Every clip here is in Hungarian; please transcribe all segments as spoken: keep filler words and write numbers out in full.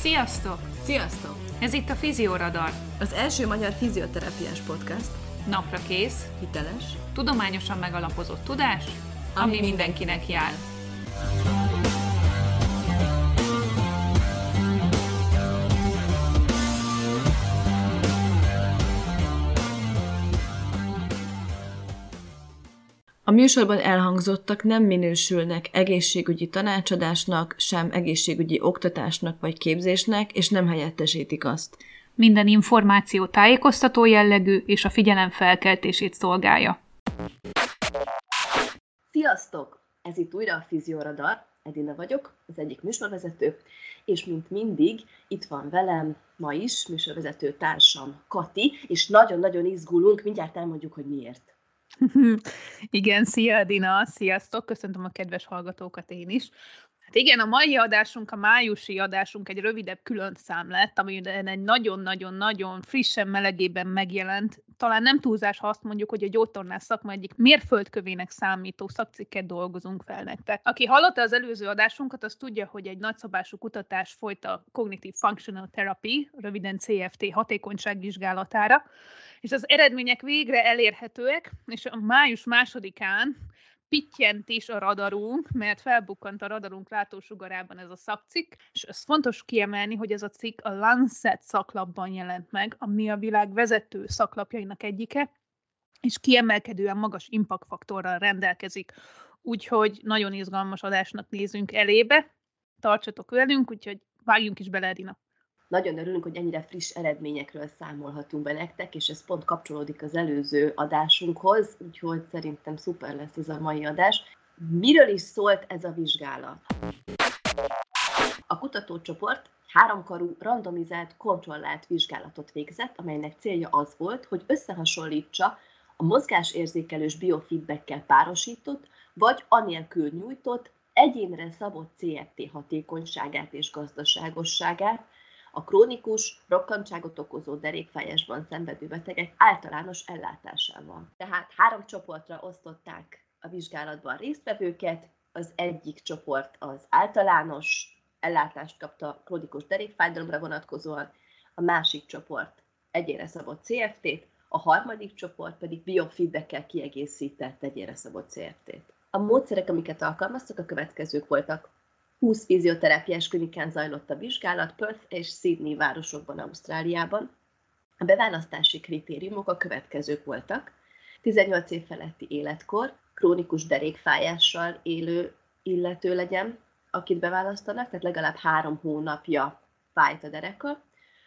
Sziasztok! Sziasztok! Ez itt a Fizioradar. Az első magyar fizioterápiás podcast. Napra kész, hiteles, tudományosan megalapozott tudás, ami, ami mindenkinek jár. A műsorban elhangzottak nem minősülnek egészségügyi tanácsadásnak, sem egészségügyi oktatásnak vagy képzésnek, és nem helyettesítik azt. Minden információ tájékoztató jellegű, és a figyelem felkeltését szolgálja. Sziasztok! Ez itt újra a Fizioradar, Edina vagyok, az egyik műsorvezető, és mint mindig, itt van velem ma is műsorvezető társam Kati, és nagyon-nagyon izgulunk, mindjárt elmondjuk, hogy miért. Igen, szia Dina, sziasztok, köszöntöm a kedves hallgatókat én is. Hát igen, a mai adásunk, a májusi adásunk egy rövidebb különszám lett, ami egy nagyon-nagyon-nagyon frissen, melegében megjelent. Talán nem túlzás, ha azt mondjuk, hogy a gyógytornász szakma egyik mérföldkövének számító szakcikket dolgozunk fel nektek. Aki hallotta az előző adásunkat, az tudja, hogy egy nagyszabású kutatás folyt a Cognitive Functional Therapy, röviden cé ef té hatékonyságvizsgálatára, és az eredmények végre elérhetőek, és a május másodikán pittyent is a radarunk, mert felbukkant a radarunk látósugarában ez a szakcikk, és ez fontos kiemelni, hogy ez a cikk a Lancet szaklapban jelent meg, ami a világ vezető szaklapjainak egyike, és kiemelkedően magas impact faktorral rendelkezik. Úgyhogy nagyon izgalmas adásnak nézünk elébe. Tartsatok velünk, úgyhogy vágjunk is bele, Edina. Nagyon örülünk, hogy ennyire friss eredményekről számolhatunk be nektek, és ez pont kapcsolódik az előző adásunkhoz, úgyhogy szerintem szuper lesz ez a mai adás. Miről is szólt ez a vizsgálat? A kutatócsoport háromkarú randomizált, kontrollált vizsgálatot végzett, amelynek célja az volt, hogy összehasonlítsa a mozgásérzékelős biofeedbackkel párosított, vagy anélkül nyújtott, egyénre szabott cé ef té hatékonyságát és gazdaságosságát, a krónikus, rokkantságot okozó derékfájásban szenvedő betegek általános ellátásával. Tehát három csoportra osztották a vizsgálatban résztvevőket, az egyik csoport az általános ellátást kapta krónikus derékfájdalomra vonatkozóan, a másik csoport egyénre szabott cé ef té-t, a harmadik csoport pedig biofeedbackkel kiegészített egyénre szabott cé ef té-t. A módszerek, amiket alkalmaztak, a következők voltak. húsz fizioterápiás klinikán zajlott a vizsgálat Perth és Sydney városokban, Ausztráliában. A beválasztási kritériumok a következők voltak. tizennyolc év feletti életkor, krónikus derékfájással élő illető legyen, akit beválasztanak, tehát legalább három hónapja fájt a dereka.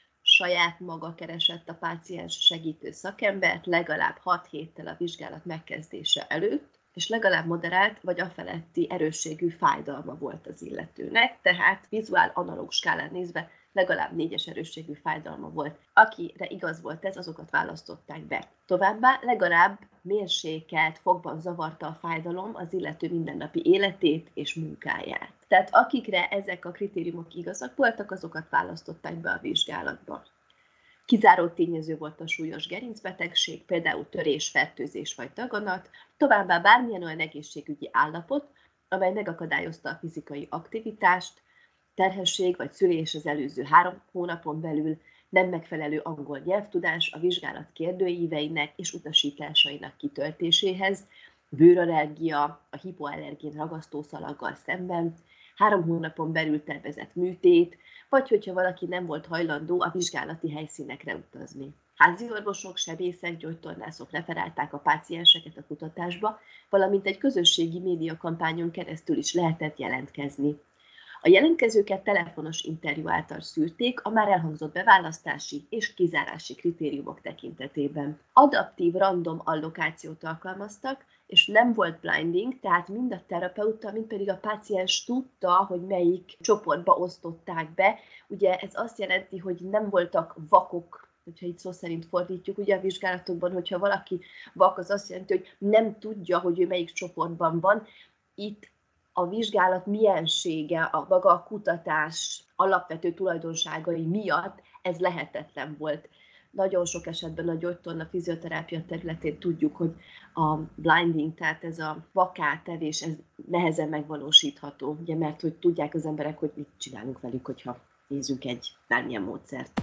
Saját maga keresett a páciens segítő szakembert legalább hat héttel a vizsgálat megkezdése előtt, és legalább moderált vagy afeletti erősségű fájdalma volt az illetőnek, tehát vizuál analóg skálán nézve legalább négyes erősségű fájdalma volt. Akire igaz volt ez, azokat választották be. Továbbá legalább mérsékelt fokban zavarta a fájdalom az illető mindennapi életét és munkáját. Tehát akikre ezek a kritériumok igazak voltak, azokat választották be a vizsgálatba. Kizáró tényező volt a súlyos gerincbetegség, például törés, fertőzés vagy daganat, továbbá bármilyen olyan egészségügyi állapot, amely megakadályozta a fizikai aktivitást, terhesség vagy szülés az előző három hónapon belül, nem megfelelő angol nyelvtudás a vizsgálat kérdőíveinek és utasításainak kitöltéséhez, bőrallergia a hipoallergén ragasztószalaggal szemben, három hónapon belül tervezett műtét, vagy hogyha valaki nem volt hajlandó a vizsgálati helyszínekre utazni. Házi orvosok, sebészek, gyógytornászok referálták a pácienseket a kutatásba, valamint egy közösségi médiakampányon keresztül is lehetett jelentkezni. A jelentkezőket telefonos interjú által szűrték a már elhangzott beválasztási és kizárási kritériumok tekintetében. Adaptív random allokációt alkalmaztak, és nem volt blinding, tehát mind a terapeuta, mind pedig a páciens tudta, hogy melyik csoportba osztották be. Ugye ez azt jelenti, hogy nem voltak vakok, hogyha itt szó szerint fordítjuk, ugye a vizsgálatokban, hogyha valaki vak, az azt jelenti, hogy nem tudja, hogy ő melyik csoportban van. Itt a vizsgálat miensége, a maga a kutatás alapvető tulajdonságai miatt ez lehetetlen volt. Nagyon sok esetben a gyógytorna fizioterápia területén tudjuk, hogy a blinding, tehát ez a vakátevés, ez nehezen megvalósítható, ugye, mert hogy tudják az emberek, hogy mit csinálunk velük, hogyha nézzünk egy bármilyen módszert.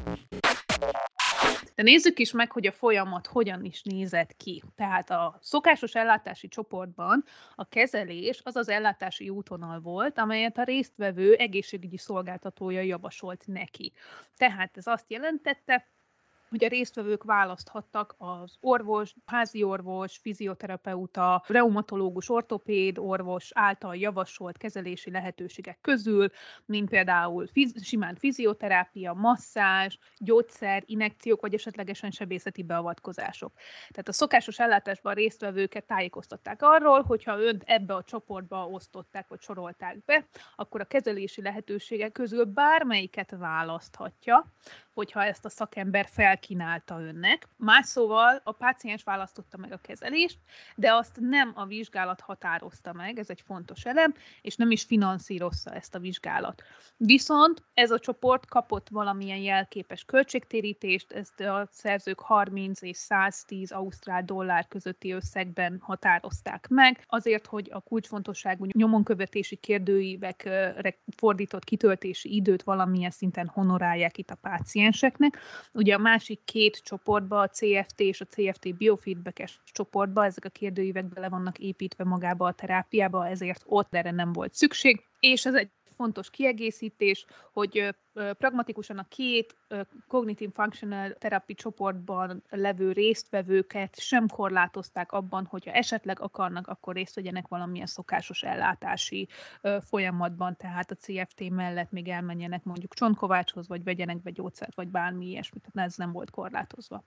De nézzük is meg, hogy a folyamat hogyan is nézett ki. Tehát a szokásos ellátási csoportban a kezelés az az ellátási útvonal volt, amelyet a résztvevő egészségügyi szolgáltatója javasolt neki. Tehát ez azt jelentette, hogy a résztvevők választhattak az orvos, házi orvos, fizioterapeuta, reumatológus, ortopéd orvos által javasolt kezelési lehetőségek közül, mint például fiz- simán fizioterápia, masszázs, gyógyszer, injekciók, vagy esetlegesen sebészeti beavatkozások. Tehát a szokásos ellátásban a résztvevőket tájékoztatták arról, hogyha önt ebbe a csoportba osztották, vagy sorolták be, akkor a kezelési lehetőségek közül bármelyiket választhatja, hogyha ezt a szakember felkínálta önnek. Más szóval a páciens választotta meg a kezelést, de azt nem a vizsgálat határozta meg, ez egy fontos elem, és nem is finanszírozza ezt a vizsgálat. Viszont ez a csoport kapott valamilyen jelképes költségtérítést, ezt a szerzők harminc és száztíz ausztrál dollár közötti összegben határozták meg, azért, hogy a kulcsfontosságú nyomonkövetési kérdőívekre fordított kitöltési időt valamilyen szinten honorálják itt a páciens. Ugye a másik két csoportba, a cé ef té és a cé ef té biofeedbackes csoportba, ezek a kérdőívek bele vannak építve magába a terápiába, ezért ott erre nem volt szükség, és ez egy fontos kiegészítés, hogy pragmatikusan a két Cognitive Functional Therapy csoportban levő résztvevőket sem korlátozták abban, hogyha esetleg akarnak, akkor részt vegyenek valamilyen szokásos ellátási folyamatban, tehát a cé ef té mellett még elmenjenek mondjuk csontkovácshoz, vagy vegyenek be gyógyszert, vagy bármi ilyesmit, tehát ez nem volt korlátozva.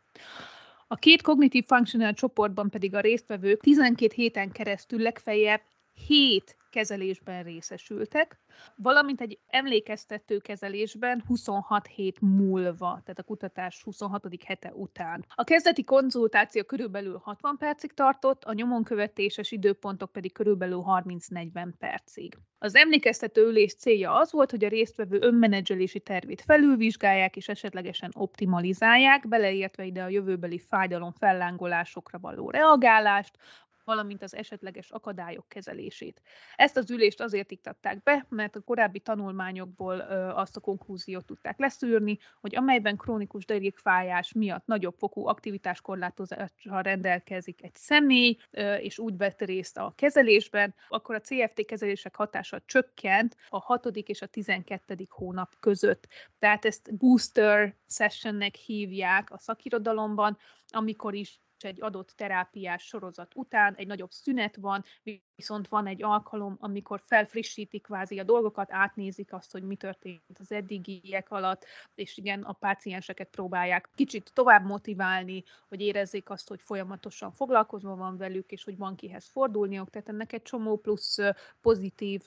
A két Cognitive Functional csoportban pedig a résztvevők tizenkét héten keresztül legfeljebb hét kezelésben részesültek, valamint egy emlékeztető kezelésben huszonhat hét múlva, tehát a kutatás huszonhatodik hete után. A kezdeti konzultáció körülbelül hatvan percig tartott, a nyomonkövetéses időpontok pedig körülbelül harminc-negyven percig. Az emlékeztető ülés célja az volt, hogy a résztvevő önmenedzselési tervét felülvizsgálják és esetlegesen optimalizálják, beleértve ide a jövőbeli fájdalom fellángolásokra való reagálást, valamint az esetleges akadályok kezelését. Ezt az ülést azért iktatták be, mert a korábbi tanulmányokból ö, azt a konklúziót tudták leszűrni, hogy amelyben krónikus derékfájás miatt nagyobb fokú aktivitáskorlátozással rendelkezik egy személy, ö, és úgy vett részt a kezelésben, akkor a cé ef té kezelések hatása csökkent a hatodik és a tizenkettedik hónap között. Tehát ezt booster sessionnek hívják a szakirodalomban, amikor is egy adott terápiás sorozat után egy nagyobb szünet van, viszont van egy alkalom, amikor felfrissítik kvázi a dolgokat, átnézik azt, hogy mi történt az eddigiek alatt, és igen, a pácienseket próbálják kicsit tovább motiválni, hogy érezzék azt, hogy folyamatosan foglalkozva van velük, és hogy van kihez fordulniuk, tehát ennek egy csomó plusz pozitív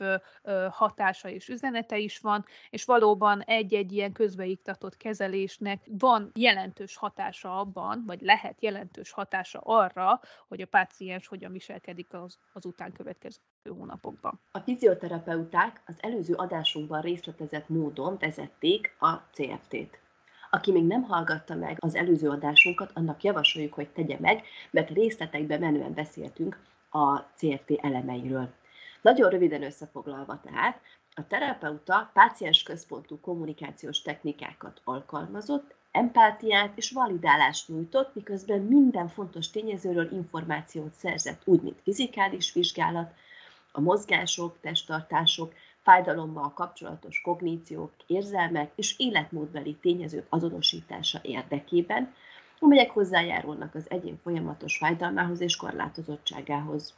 hatása és üzenete is van, és valóban egy-egy ilyen közbeiktatott kezelésnek van jelentős hatása abban, vagy lehet jelentős hatása arra, hogy a páciens hogyan viselkedik az, az után következő hónapokban. A fizioterapeuták az előző adásunkban részletezett módon vezették a cé ef té-t. Aki még nem hallgatta meg az előző adásunkat, annak javasoljuk, hogy tegye meg, mert részletekben menően beszéltünk a cé ef té elemeiről. Nagyon röviden összefoglalva tehát, a terapeuta páciens központú kommunikációs technikákat alkalmazott, empátiát és validálást nyújtott, miközben minden fontos tényezőről információt szerzett, úgy, mint fizikális vizsgálat, a mozgások, testtartások, fájdalommal kapcsolatos kogníciók, érzelmek és életmódbeli tényezők azonosítása érdekében, amelyek hozzájárulnak az egyén folyamatos fájdalmához és korlátozottságához.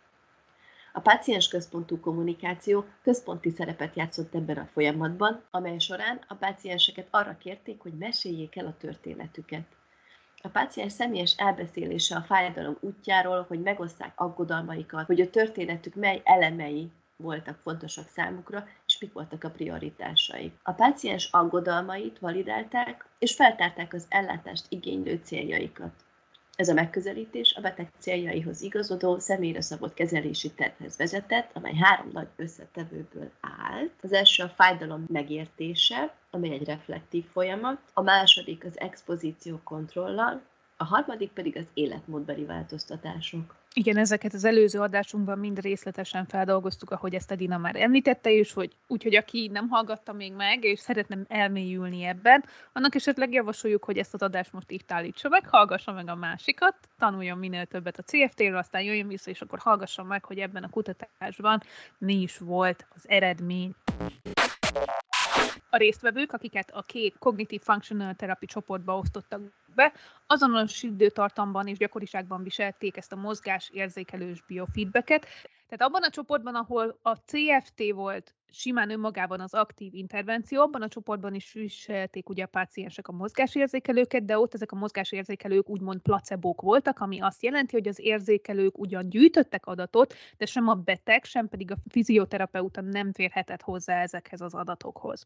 A páciens központú kommunikáció központi szerepet játszott ebben a folyamatban, amely során a pácienseket arra kérték, hogy meséljék el a történetüket. A páciens személyes elbeszélése a fájdalom útjáról, hogy megosszák aggodalmaikat, hogy a történetük mely elemei voltak fontosak számukra, és mik voltak a prioritásaik. A páciens aggodalmait validálták, és feltárták az ellátást igénylő céljaikat. Ez a megközelítés a beteg céljaihoz igazodó, személyre szabott kezelési tervhez vezetett, amely három nagy összetevőből állt. Az első a fájdalom megértése, amely egy reflektív folyamat, a második az expozíció kontrollal, a harmadik pedig az életmódbeli változtatások. Igen, ezeket az előző adásunkban mind részletesen feldolgoztuk, ahogy ezt Edina már említette is, hogy úgyhogy aki nem hallgatta még meg, és szeretne elmélyülni ebben, annak esetleg javasoljuk, hogy ezt az adást most itt állítsa meg, hallgassa meg a másikat, tanuljon minél többet a cé ef té-ről, aztán jöjjön vissza, és akkor hallgassa meg, hogy ebben a kutatásban mi is volt az eredmény. A résztvevők, akiket a két Cognitive Functional Therapy csoportba osztottak be, azonos időtartamban és gyakoriságban viselték ezt a mozgásérzékelős biofeedbacket. Tehát abban a csoportban, ahol a cé ef té volt simán önmagában az aktív intervenció, abban a csoportban is viselték ugye a páciensek a mozgásérzékelőket, de ott ezek a mozgásérzékelők úgymond placebók voltak, ami azt jelenti, hogy az érzékelők ugyan gyűjtöttek adatot, de sem a beteg, sem pedig a fizioterapeuta nem férhetett hozzá ezekhez az adatokhoz.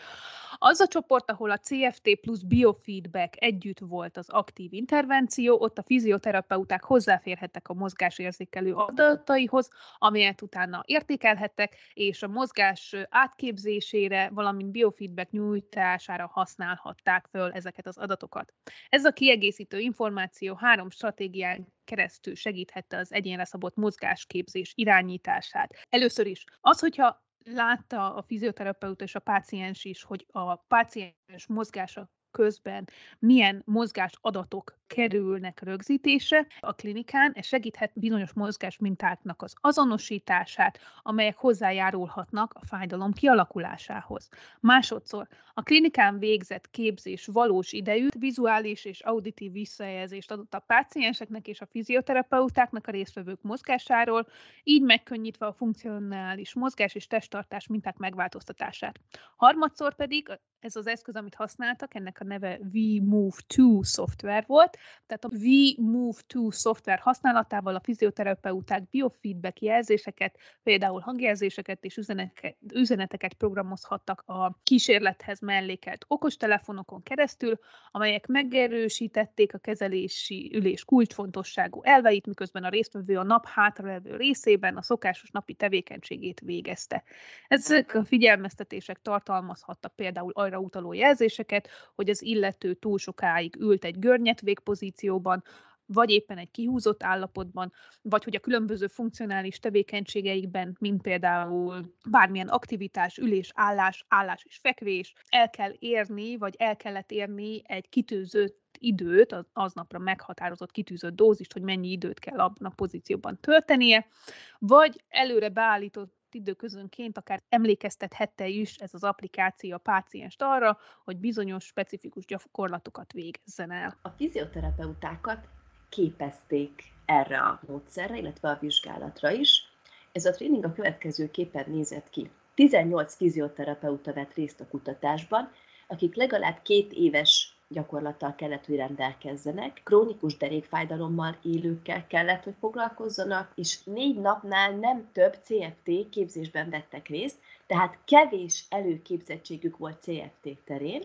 Az a csoport, ahol a cé ef té plusz biofeedback együtt volt az aktív intervenció, ott a fizioterapeuták hozzáférhettek a mozgásérzékelő adataihoz, amelyet utána értékelhettek, és a mozgás átképzésére, valamint biofeedback nyújtására használhatták föl ezeket az adatokat. Ez a kiegészítő információ három stratégián keresztül segíthette az egyénre szabott mozgásképzés irányítását. Először is az, hogyha látta a fizioterapeuta és a páciens is, hogy a páciens mozgása közben milyen mozgás adatok kerülnek rögzítésre a klinikán, ez segíthet bizonyos mozgásmintáknak az azonosítását, amelyek hozzájárulhatnak a fájdalom kialakulásához. Másodszor, a klinikán végzett képzés valós idejű, vizuális és auditív visszajelzést adott a pácienseknek és a fizioterapeutáknak a résztvevők mozgásáról, így megkönnyítve a funkcionális mozgás és testtartás minták megváltoztatását. Harmadszor pedig ez az eszköz, amit használtak, ennek a neve vMove kettő szoftver volt, tehát a vMove kettő szoftver használatával a fizioterapeuták biofeedback jelzéseket, például hangjelzéseket és üzeneteket, üzeneteket programozhattak a kísérlethez mellékelt okostelefonokon keresztül, amelyek megerősítették a kezelési ülés kulcsfontosságú elveit, miközben a résztvevő a nap hátralevő részében a szokásos napi tevékenységét végezte. Ezek a figyelmeztetések tartalmazhattak például arra utaló jelzéseket, hogy az illető túl sokáig ült egy görnyetvég pozícióban, vagy éppen egy kihúzott állapotban, vagy hogy a különböző funkcionális tevékenységeikben, mint például bármilyen aktivitás, ülés, állás, állás és fekvés, el kell érni, vagy el kellett érni egy kitűzött időt, az aznapra meghatározott kitűzött dózist, hogy mennyi időt kell abban a pozícióban töltenie, vagy előre beállított időközönként akár emlékeztethette is ez az applikáció a pácienst arra, hogy bizonyos specifikus gyakorlatokat végezzen el. A fizioterapeutákat képezték erre a módszerre, illetve a vizsgálatra is. Ez a tréning a következőképpen nézett ki. tizennyolc fizioterapeuta vett részt a kutatásban, akik legalább két éves gyakorlattal kellett, hogy rendelkezzenek, krónikus derékfájdalommal élőkkel kellett, hogy foglalkozzanak, és négy napnál nem több cé ef té képzésben vettek részt, tehát kevés előképzettségük volt cé ef té terén.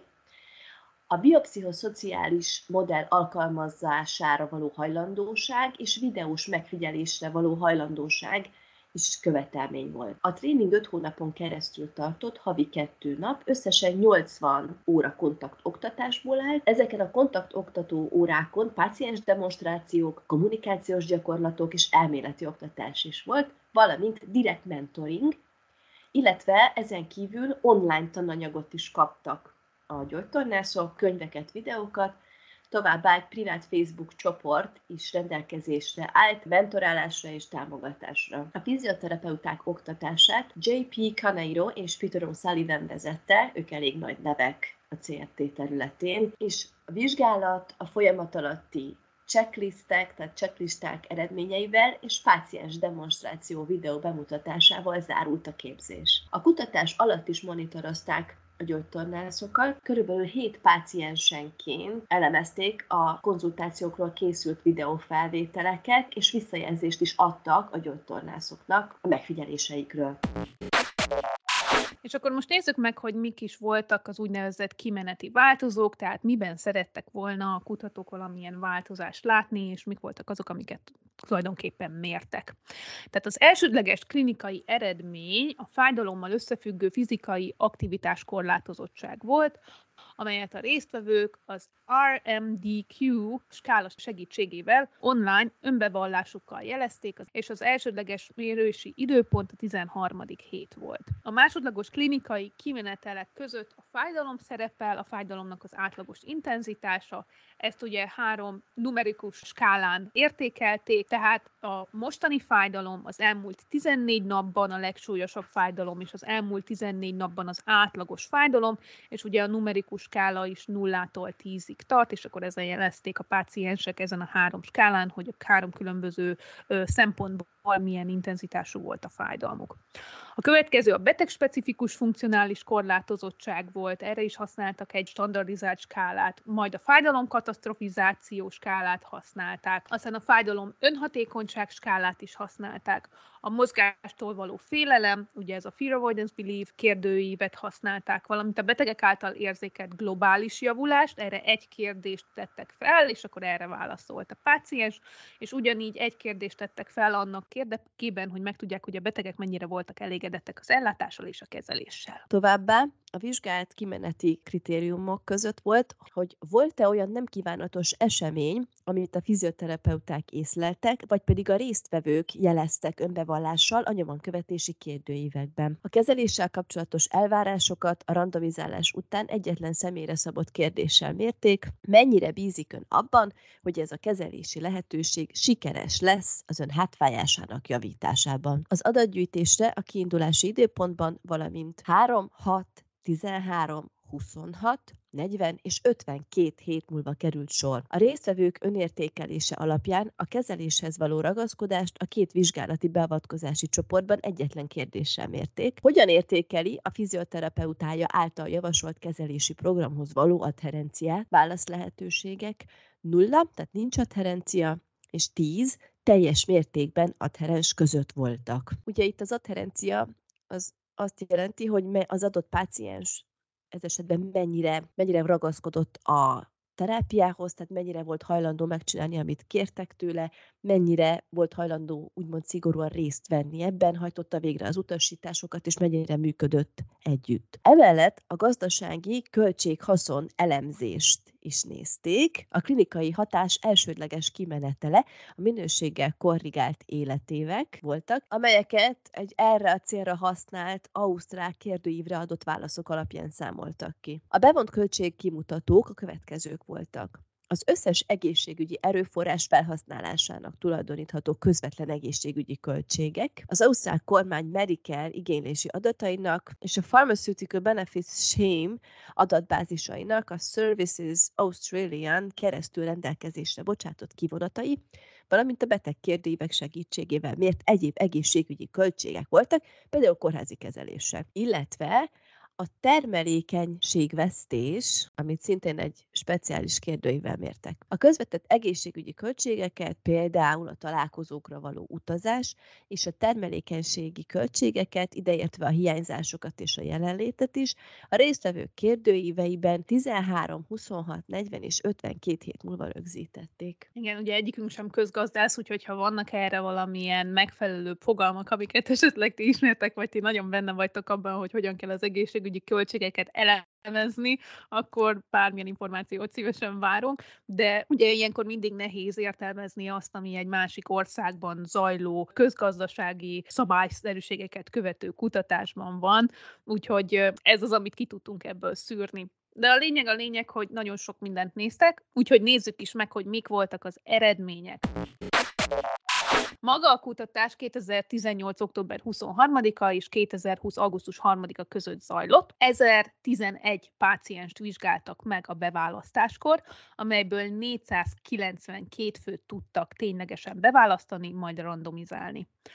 A biopszichoszociális modell alkalmazására való hajlandóság és videós megfigyelésre való hajlandóság is követelmény volt. A tréning öt hónapon keresztül tartott, havi kettő nap, összesen nyolcvan óra kontaktoktatásból állt. Ezeken a kontaktoktató órákon páciens demonstrációk, kommunikációs gyakorlatok és elméleti oktatás is volt, valamint direkt mentoring, illetve ezen kívül online tananyagot is kaptak a gyógytornászok, könyveket, videókat, továbbá egy privát Facebook csoport is rendelkezésre állt mentorálásra és támogatásra. A fizioterapeuták oktatását jé pé Caneiro és Peter O'Sullivan vezette, ők elég nagy nevek a cé ef té területén, és a vizsgálat a folyamat alatti checklistek, tehát checklisták eredményeivel és páciens demonstráció videó bemutatásával zárult a képzés. A kutatás alatt is monitorozták a gyógytornászokat. Körülbelül hét páciensenként elemezték a konzultációkról készült videófelvételeket, és visszajelzést is adtak a gyógytornászoknak a megfigyeléseikről. És akkor most nézzük meg, hogy mik is voltak az úgynevezett kimeneti változók, tehát miben szerettek volna a kutatók valamilyen változást látni, és mik voltak azok, amiket tulajdonképpen mértek. Tehát az elsődleges klinikai eredmény a fájdalommal összefüggő fizikai aktivitás korlátozottság volt, amelyet a résztvevők az er em dé kú skála segítségével online önbevallásukkal jelezték, és az elsődleges mérési időpont a tizenharmadik hét volt. A másodlagos klinikai kimenetelek között a fájdalom szerepel, a fájdalomnak az átlagos intenzitása, ezt ugye három numerikus skálán értékelték, tehát a mostani fájdalom az elmúlt tizennégy napban a legsúlyosabb fájdalom, és az elmúlt tizennégy napban az átlagos fájdalom, és ugye a numerikus skála is nullától tízig tart, és akkor ezen jelezték a páciensek ezen a három skálán, hogy a három különböző ö, szempontból milyen intenzitású volt a fájdalmuk. A következő a betegspecifikus funkcionális korlátozottság volt, erre is használtak egy standardizált skálát, majd a fájdalomkatasztrofizáció skálát használták, aztán a fájdalom önhatékonyság skálát is használták, a mozgástól való félelem, ugye ez a Fear Avoidance Belief kérdőívet használták, valamint a betegek által érzékelt globális javulást, erre egy kérdést tettek fel, és akkor erre válaszolt a páciens, és ugyanígy egy kérdést tettek fel annak érdekében, hogy megtudják, hogy a betegek mennyire voltak elégedettek az ellátással és a kezeléssel. Továbbá a vizsgált kimeneti kritériumok között volt, hogy volt-e olyan nem kívánatos esemény, amit a fizioterapeuták észleltek, vagy pedig a résztvevők jeleztek önbevallással a nyomonkövetési kérdőívekben. A kezeléssel kapcsolatos elvárásokat a randomizálás után egyetlen személyre szabott kérdéssel mérték, mennyire bízik ön abban, hogy ez a kezelési lehetőség sikeres lesz az ön hátfájásának javításában. Az adatgyűjtésre a kiindulási időpontban, valamint három, hat, tizenhárom, huszonhat, negyven és ötvenkét hét múlva került sor. A résztvevők önértékelése alapján a kezeléshez való ragaszkodást a két vizsgálati beavatkozási csoportban egyetlen kérdéssel mérték. Hogyan értékeli a fizioterapeutája által javasolt kezelési programhoz való adherenciát? Válaszlehetőségek nulla, tehát nincs adherencia, és tíz teljes mértékben adherens között voltak. Ugye itt az adherencia az azt jelenti, hogy az adott páciens ez esetben mennyire, mennyire ragaszkodott a terápiához, tehát mennyire volt hajlandó megcsinálni, amit kértek tőle, mennyire volt hajlandó úgymond szigorúan részt venni ebben, hajtotta végre az utasításokat, és mennyire működött együtt. Emellett a gazdasági költség-haszon elemzést is nézték. A klinikai hatás elsődleges kimenetele a minőséggel korrigált életévek voltak, amelyeket egy erre a célra használt ausztrál kérdőívre adott válaszok alapján számoltak ki. A bevont költségkimutatók a következők voltak. Az összes egészségügyi erőforrás felhasználásának tulajdonítható közvetlen egészségügyi költségek, az ausztrál kormány Medicare igénylési adatainak és a Pharmaceutical Benefits Scheme adatbázisainak a Services Australian keresztül rendelkezésre bocsátott kivonatai, valamint a beteg kérdőívek segítségével mért egyéb egészségügyi költségek voltak, például kórházi kezelések, illetve a termelékenységvesztés, amit szintén egy speciális kérdőívvel mértek. A közvetett egészségügyi költségeket, például a találkozókra való utazás, és a termelékenységi költségeket, ideértve a hiányzásokat és a jelenlétet is, a résztvevők kérdőíveiben tizenhárom, huszonhat, negyven és ötvenkét hét múlva rögzítették. Igen, ugye egyikünk sem közgazdász, úgyhogy ha vannak erre valamilyen megfelelő fogalmak, amiket esetleg ti ismertek, vagy ti nagyon benne vagytok abban, hogy hogyan kell az egészségügyi költségeket elemezni, akkor bármilyen információt szívesen várunk, de ugye ilyenkor mindig nehéz értelmezni azt, ami egy másik országban zajló közgazdasági szabályszerűségeket követő kutatásban van, úgyhogy ez az, amit ki tudtunk ebből szűrni. De a lényeg a lényeg, hogy nagyon sok mindent néztek, úgyhogy nézzük is meg, hogy mik voltak az eredmények. Maga a kutatás kétezer-tizennyolc. október huszonharmadika és kétezer-húsz. augusztus harmadika között zajlott. ezertizenegy pácienst vizsgáltak meg a beválasztáskor, amelyből négyszázkilencvenkét főt tudtak ténylegesen beválasztani, majd randomizálni.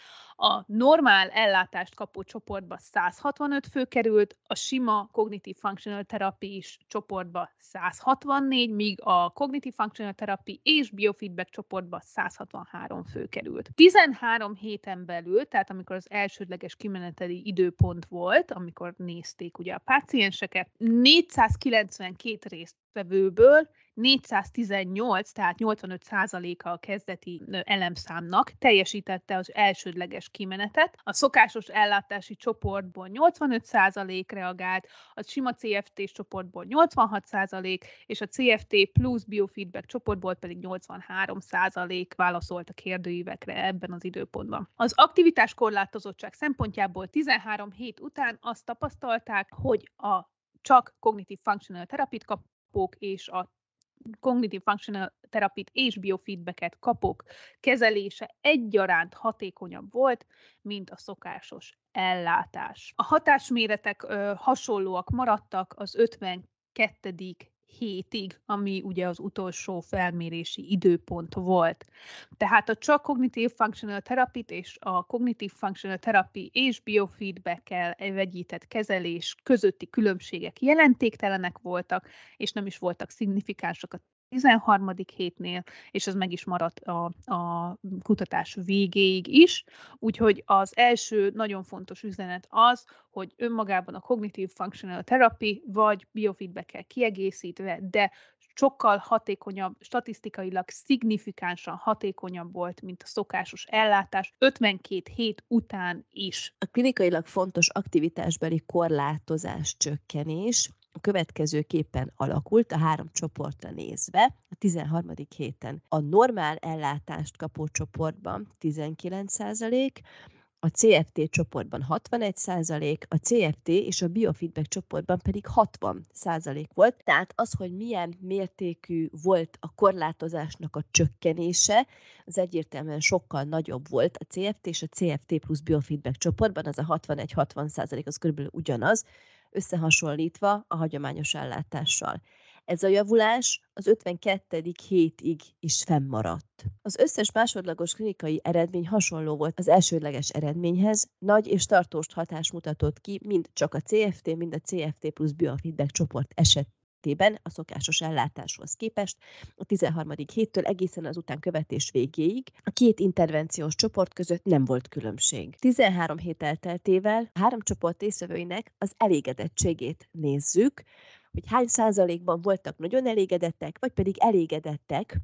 A normál ellátást kapó csoportba száz hatvanöt fő került, a sima Cognitive Functional Therapy-s csoportba száz hatvannégy, míg a Cognitive Functional Therapy és Biofeedback csoportba száz hatvanhárom fő került. tizenhárom héten belül, tehát amikor az elsődleges kimeneteli időpont volt, amikor nézték ugye a pácienseket, négyszázkilencvenkét résztvevőből négyszáztizennyolc, tehát nyolcvanöt százaléka a kezdeti elemszámnak teljesítette az elsődleges kimenetet. A szokásos ellátási csoportból nyolcvanöt százalék reagált, a sima cé ef té-s csoportból nyolcvanhat százalék, és a cé ef té plusz biofeedback csoportból pedig nyolcvanhárom százalék válaszolt a kérdőívekre ebben az időpontban. Az aktivitás korlátozottság szempontjából tizenhárom hét után azt tapasztalták, hogy a csak Cognitive Functional Therapy-t kapók és a Cognitive Functional Therapy-t és biofeedbacket kapók kezelése egyaránt hatékonyabb volt, mint a szokásos ellátás. A hatásméretek ö, hasonlóak maradtak az ötvenkettedik hétig, ami ugye az utolsó felmérési időpont volt. Tehát a csak Cognitive Functional Therapy-t és a Cognitive Functional Therapy és biofeedbackkel vegyített kezelés közötti különbségek jelentéktelenek voltak, és nem is voltak szignifikánsak a tizenharmadik hétnél, és ez meg is maradt a, a kutatás végéig is. Úgyhogy az első nagyon fontos üzenet az, hogy önmagában a Cognitive Functional Therapy vagy biofeedbackkel kiegészítve, de sokkal hatékonyabb, statisztikailag szignifikánsan hatékonyabb volt, mint a szokásos ellátás ötvenkét hét után is. A klinikailag fontos aktivitásbeli korlátozás csökkenés a következőképpen alakult a három csoportra nézve. A tizenharmadik héten a normál ellátást kapó csoportban tizenkilenc százalék, a cé ef té csoportban hatvanegy százalék, a cé ef té és a biofeedback csoportban pedig hatvan százalék volt. Tehát az, hogy milyen mértékű volt a korlátozásnak a csökkenése, az egyértelműen sokkal nagyobb volt a cé ef té és a cé ef té plusz biofeedback csoportban, az a hatvanegy-hatvan százalék, az körülbelül ugyanaz, összehasonlítva a hagyományos ellátással. Ez a javulás az ötvenkettedik hétig is fennmaradt. Az összes másodlagos klinikai eredmény hasonló volt az elsődleges eredményhez, nagy és tartós hatást mutatott ki mind csak a cé ef té, mind a cé ef té plusz biofeedback csoport esetében a szokásos ellátáshoz képest a tizenharmadik héttől egészen az utánkövetés végéig a két intervenciós csoport között nem volt különbség. tizenhárom hét elteltével a három csoport résztvevőinek az elégedettségét nézzük, hogy hány százalékban voltak nagyon elégedettek, vagy pedig elégedettek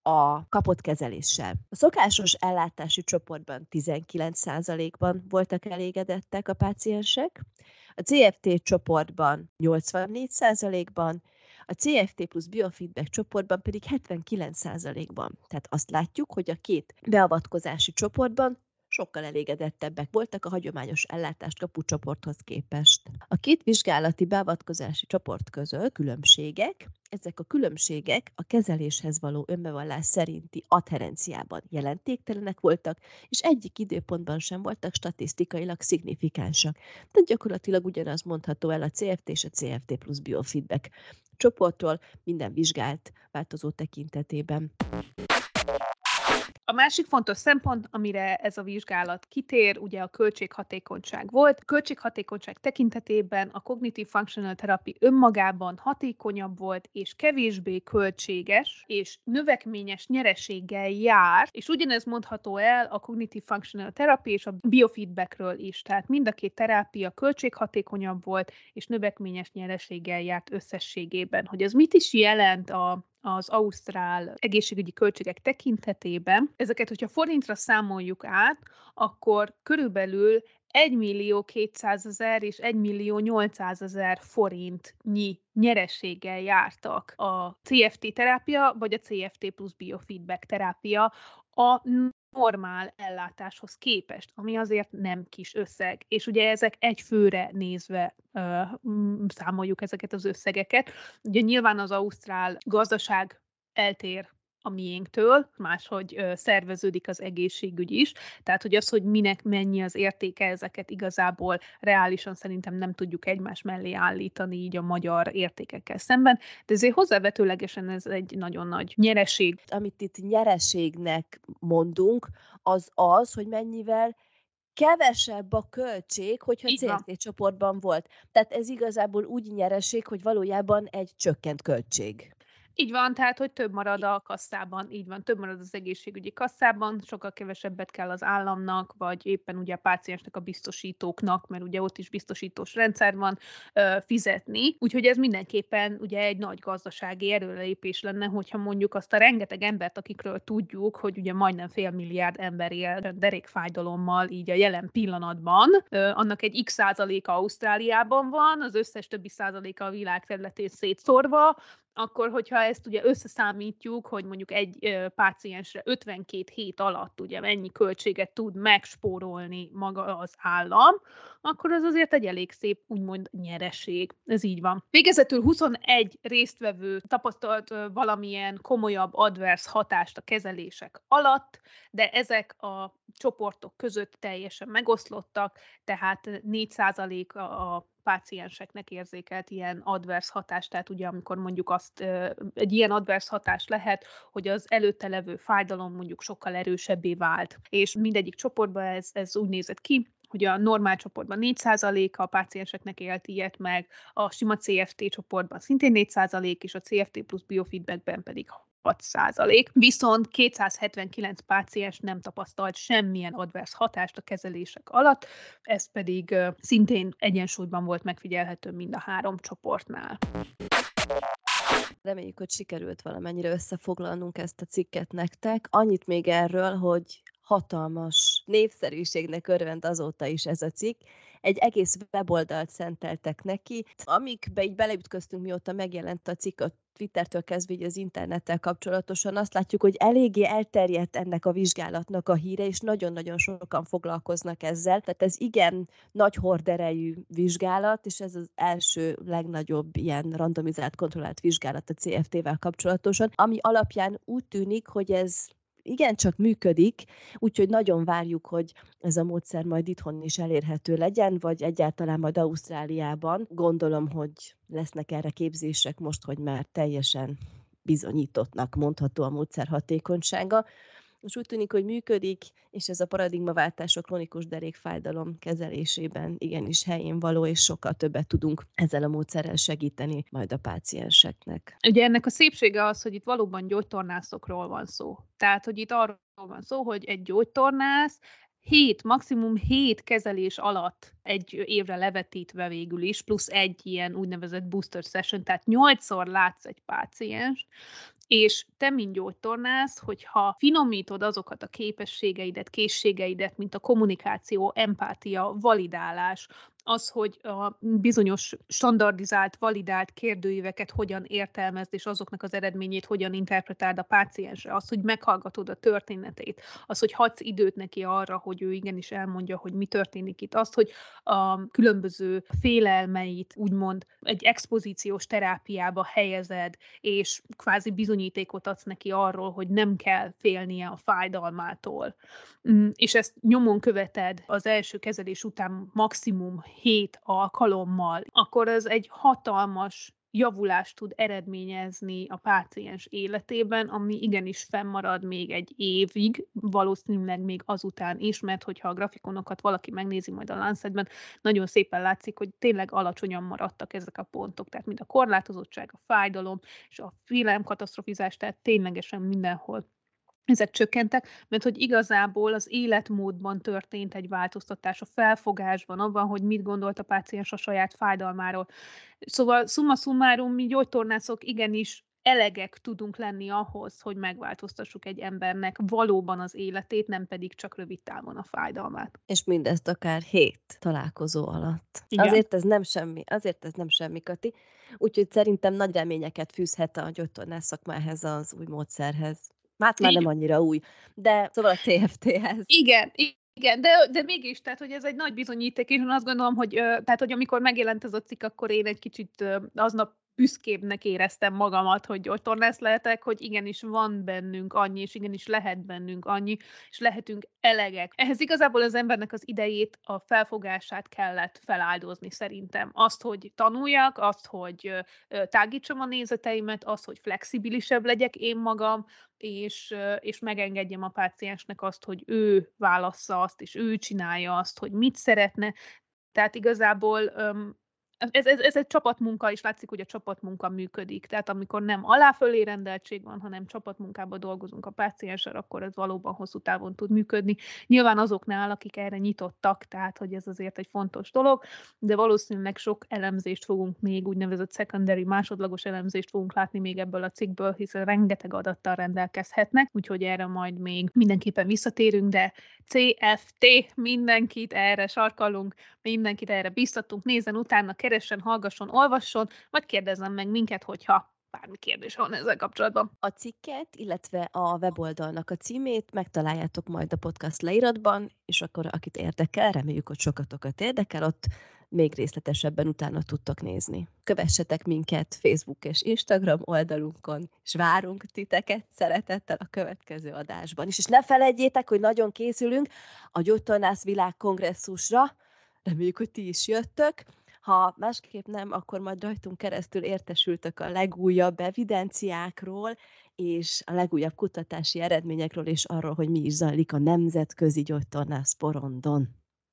a kapott kezeléssel. A szokásos ellátási csoportban tizenkilenc százalékban voltak elégedettek a páciensek, a cé ef té csoportban nyolcvannégy százalékban, a cé ef té plusz biofeedback csoportban pedig hetvenkilenc százalékban. Tehát azt látjuk, hogy a két beavatkozási csoportban sokkal elégedettebbek voltak a hagyományos ellátást kapó csoporthoz képest. A két vizsgálati beavatkozási csoport között különbségek, ezek a különbségek a kezeléshez való önbevallás szerinti adherenciában jelentéktelenek voltak, és egyik időpontban sem voltak statisztikailag szignifikánsak. Tehát gyakorlatilag ugyanaz mondható el a cé ef té és a cé ef té plusz biofeedback csoportról minden vizsgált változó tekintetében. A másik fontos szempont, amire ez a vizsgálat kitér, ugye a költséghatékonyság volt. A költséghatékonyság tekintetében a Cognitive Functional Therapy önmagában hatékonyabb volt, és kevésbé költséges, és növekményes nyereséggel jár, és ugyanez mondható el a Cognitive Functional Therapy és a biofeedbackről is. Tehát mind a két terápia költséghatékonyabb volt, és növekményes nyereséggel járt összességében. Hogy ez mit is jelent a az ausztrál egészségügyi költségek tekintetében. Ezeket, hogyha forintra számoljuk át, akkor körülbelül egymillió kétszázezer és egymillió nyolcszázezer forintnyi nyereséggel jártak a cé ef té terápia, vagy a cé ef té plusz biofeedback terápia a normál ellátáshoz képest, ami azért nem kis összeg. És ugye ezek egy főre nézve uh, számoljuk ezeket az összegeket. Ugye nyilván az ausztrál gazdaság eltér a miénktől, máshogy uh, szerveződik az egészségügy is. Tehát, hogy az, hogy minek mennyi az értéke, ezeket igazából reálisan szerintem nem tudjuk egymás mellé állítani így a magyar értékekkel szemben, de ezért hozzávetőlegesen ez egy nagyon nagy nyereség. Amit itt nyereségnek mondunk, az az, hogy mennyivel kevesebb a költség, hogyha Így cé ef van. té csoportban volt. Tehát ez igazából úgy nyereség, hogy valójában egy csökkent költség. Így van, tehát, hogy több marad a kasszában, így van, több marad az egészségügyi kasszában, sokkal kevesebbet kell az államnak, vagy éppen ugye a páciensnek, a biztosítóknak, mert ugye ott is biztosítós rendszer van, ö, fizetni. Úgyhogy ez mindenképpen ugye egy nagy gazdasági erőlépés lenne, hogyha mondjuk azt a rengeteg embert, akikről tudjuk, hogy ugye majdnem fél milliárd ember él derékfájdalommal így a jelen pillanatban, ö, annak egy x százaléka Ausztráliában van, az összes többi százaléka a világ területén szétszórva, akkor, hogyha ezt ugye összeszámítjuk, hogy mondjuk egy ö, páciensre ötvenkét hét alatt ugye mennyi költséget tud megspórolni maga az állam, akkor az azért egy elég szép, úgymond nyereség. Ez így van. Végezetül huszonegy résztvevő tapasztalt ö, valamilyen komolyabb adverse hatást a kezelések alatt, de ezek a csoportok között teljesen megoszlottak, tehát négy százalék a, a pácienseknek érzékelt ilyen adverse hatást, tehát ugye amikor mondjuk azt, egy ilyen adverse hatás lehet, hogy az előtte levő fájdalom mondjuk sokkal erősebbé vált. És mindegyik csoportban ez, ez úgy nézett ki, hogy a normál csoportban négy százaléka a pácienseknek élt ilyet meg, a sima cé ef té csoportban szintén négy százalék, és a cé ef té plusz biofeedbackben pedig hat százalék. Viszont kétszázhetvenkilenc páciens nem tapasztalt semmilyen adverse hatást a kezelések alatt, ez pedig uh, szintén egyensúlyban volt megfigyelhető mind a három csoportnál. Reméljük, hogy sikerült valamennyire összefoglalnunk ezt a cikket nektek. Annyit még erről, hogy hatalmas népszerűségnek örvend azóta is ez a cikk. Egy egész weboldalt szenteltek neki. Amikbe így beleütköztünk, mióta megjelent a cikk, a Twittertől kezdve így az internettel kapcsolatosan, azt látjuk, hogy eléggé elterjedt ennek a vizsgálatnak a híre, és nagyon-nagyon sokan foglalkoznak ezzel. Tehát ez igen nagy horderejű vizsgálat, és ez az első legnagyobb ilyen randomizált, kontrollált vizsgálat a cé ef té-vel kapcsolatosan, ami alapján úgy tűnik, hogy ez igencsak működik, úgyhogy nagyon várjuk, hogy ez a módszer majd itthon is elérhető legyen, vagy egyáltalán majd Ausztráliában. Gondolom, hogy lesznek erre képzések most, hogy már teljesen bizonyítottnak mondható a módszer hatékonysága. Most úgy tűnik, hogy működik, és ez a paradigmaváltás a krónikus derékfájdalom kezelésében igenis helyén való, és sokkal többet tudunk ezzel a módszerrel segíteni majd a pácienseknek. Ugye ennek a szépsége az, hogy itt valóban gyógytornászokról van szó. Tehát, hogy itt arról van szó, hogy egy gyógytornász hét, maximum hét kezelés alatt egy évre levetítve végül is, plusz egy ilyen úgynevezett booster session, tehát nyolcszor látsz egy pácienst, és te, mint gyógytornász, hogyha finomítod azokat a képességeidet, készségeidet, mint a kommunikáció, empátia, validálás, az, hogy a bizonyos standardizált, validált kérdőíveket hogyan értelmezd, és azoknak az eredményét hogyan interpretáld a páciensre, az, hogy meghallgatod a történetét, az, hogy hagysz időt neki arra, hogy ő igenis elmondja, hogy mi történik itt, azt, hogy a különböző félelmeit úgymond egy expozíciós terápiába helyezed, és kvázi bizonyítékot adsz neki arról, hogy nem kell félnie a fájdalmától. És ezt nyomon követed az első kezelés után maximum hét alkalommal, akkor ez egy hatalmas javulást tud eredményezni a páciens életében, ami igenis fennmarad még egy évig, valószínűleg még azután is, mert hogyha a grafikonokat valaki megnézi majd a Lancetben, nagyon szépen látszik, hogy tényleg alacsonyan maradtak ezek a pontok, tehát mind a korlátozottság, a fájdalom és a félelemkatasztrofizás, tehát ténylegesen mindenhol ezek csökkentek, mert hogy igazából az életmódban történt egy változtatás, a felfogásban, abban, hogy mit gondolt a páciens a saját fájdalmáról. Szóval summa summarum, mi gyógytornászok igenis elegek tudunk lenni ahhoz, hogy megváltoztassuk egy embernek valóban az életét, nem pedig csak rövid távon a fájdalmát. És mindezt akár hét találkozó alatt. Igen. Azért ez nem semmi, azért ez nem semmi, Kati. Úgyhogy szerintem nagy reményeket fűzhet a gyógytornász szakmához az új módszerhez. Hát már nem annyira új, de szóval a cé ef té-hez. Igen, igen, de, de mégis, tehát, hogy ez egy nagy bizonyíték, és én azt gondolom, hogy, tehát, hogy amikor megjelent ez a cikk, akkor én egy kicsit aznap büszkébbnek éreztem magamat, hogy gyógytornász lehetek, hogy igenis van bennünk annyi, és igenis lehet bennünk annyi, és lehetünk elegek. Ehhez igazából az embernek az idejét, a felfogását kellett feláldozni szerintem. Azt, hogy tanuljak, azt, hogy tágítsam a nézeteimet, azt, hogy flexibilisebb legyek én magam, és, és megengedjem a páciensnek azt, hogy ő válassza azt, és ő csinálja azt, hogy mit szeretne. Tehát igazából um, ez, ez, ez egy csapatmunka, és látszik, hogy a csapatmunka működik. Tehát amikor nem alá-fölé rendeltség van, hanem csapatmunkában dolgozunk a pácienssel, akkor ez valóban hosszú távon tud működni. Nyilván azoknál, akik erre nyitottak, tehát hogy ez azért egy fontos dolog, de valószínűleg sok elemzést fogunk még, úgynevezett secondary, másodlagos elemzést fogunk látni még ebből a cikkből, hiszen rengeteg adattal rendelkezhetnek, úgyhogy erre majd még mindenképpen visszatérünk, de cé ef té, mindenkit erre sarkalunk, mindenkit erre biztatunk, nézzen utána, keressen, hallgasson, olvasson, vagy kérdezzen meg minket, hogyha bármi kérdés van ezzel kapcsolatban. A cikket, illetve a weboldalnak a címét megtaláljátok majd a podcast leíratban, és akkor akit érdekel, reméljük, hogy sokatokat érdekel, ott még részletesebben utána tudtok nézni. Kövessetek minket Facebook és Instagram oldalunkon, és várunk titeket szeretettel a következő adásban is. És ne felejtjétek, hogy nagyon készülünk a Gyógytornász Világkongresszusra, reméljük, hogy ti is jöttök. Ha másképp nem, akkor majd rajtunk keresztül értesültök a legújabb evidenciákról, és a legújabb kutatási eredményekről, és arról, hogy mi is zajlik a Nemzetközi Gyógytornász porondon.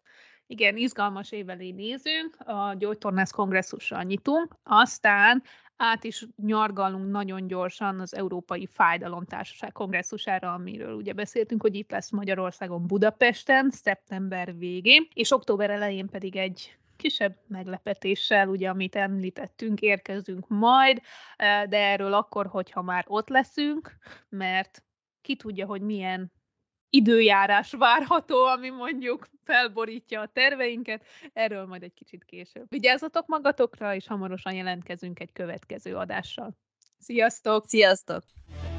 Igen, izgalmas év elé nézünk, a Gyógytornász kongresszussal nyitunk, aztán át is nyargalunk nagyon gyorsan az Európai Fájdalomtársaság kongresszusára, amiről ugye beszéltünk, hogy itt lesz Magyarországon Budapesten, szeptember végén, és október elején pedig egy kisebb meglepetéssel, ugye, amit említettünk, érkezünk majd, de erről akkor, hogyha már ott leszünk, mert ki tudja, hogy milyen időjárás várható, ami mondjuk felborítja a terveinket, erről majd egy kicsit később. Vigyázzatok magatokra, és hamarosan jelentkezünk egy következő adással. Sziasztok! Sziasztok!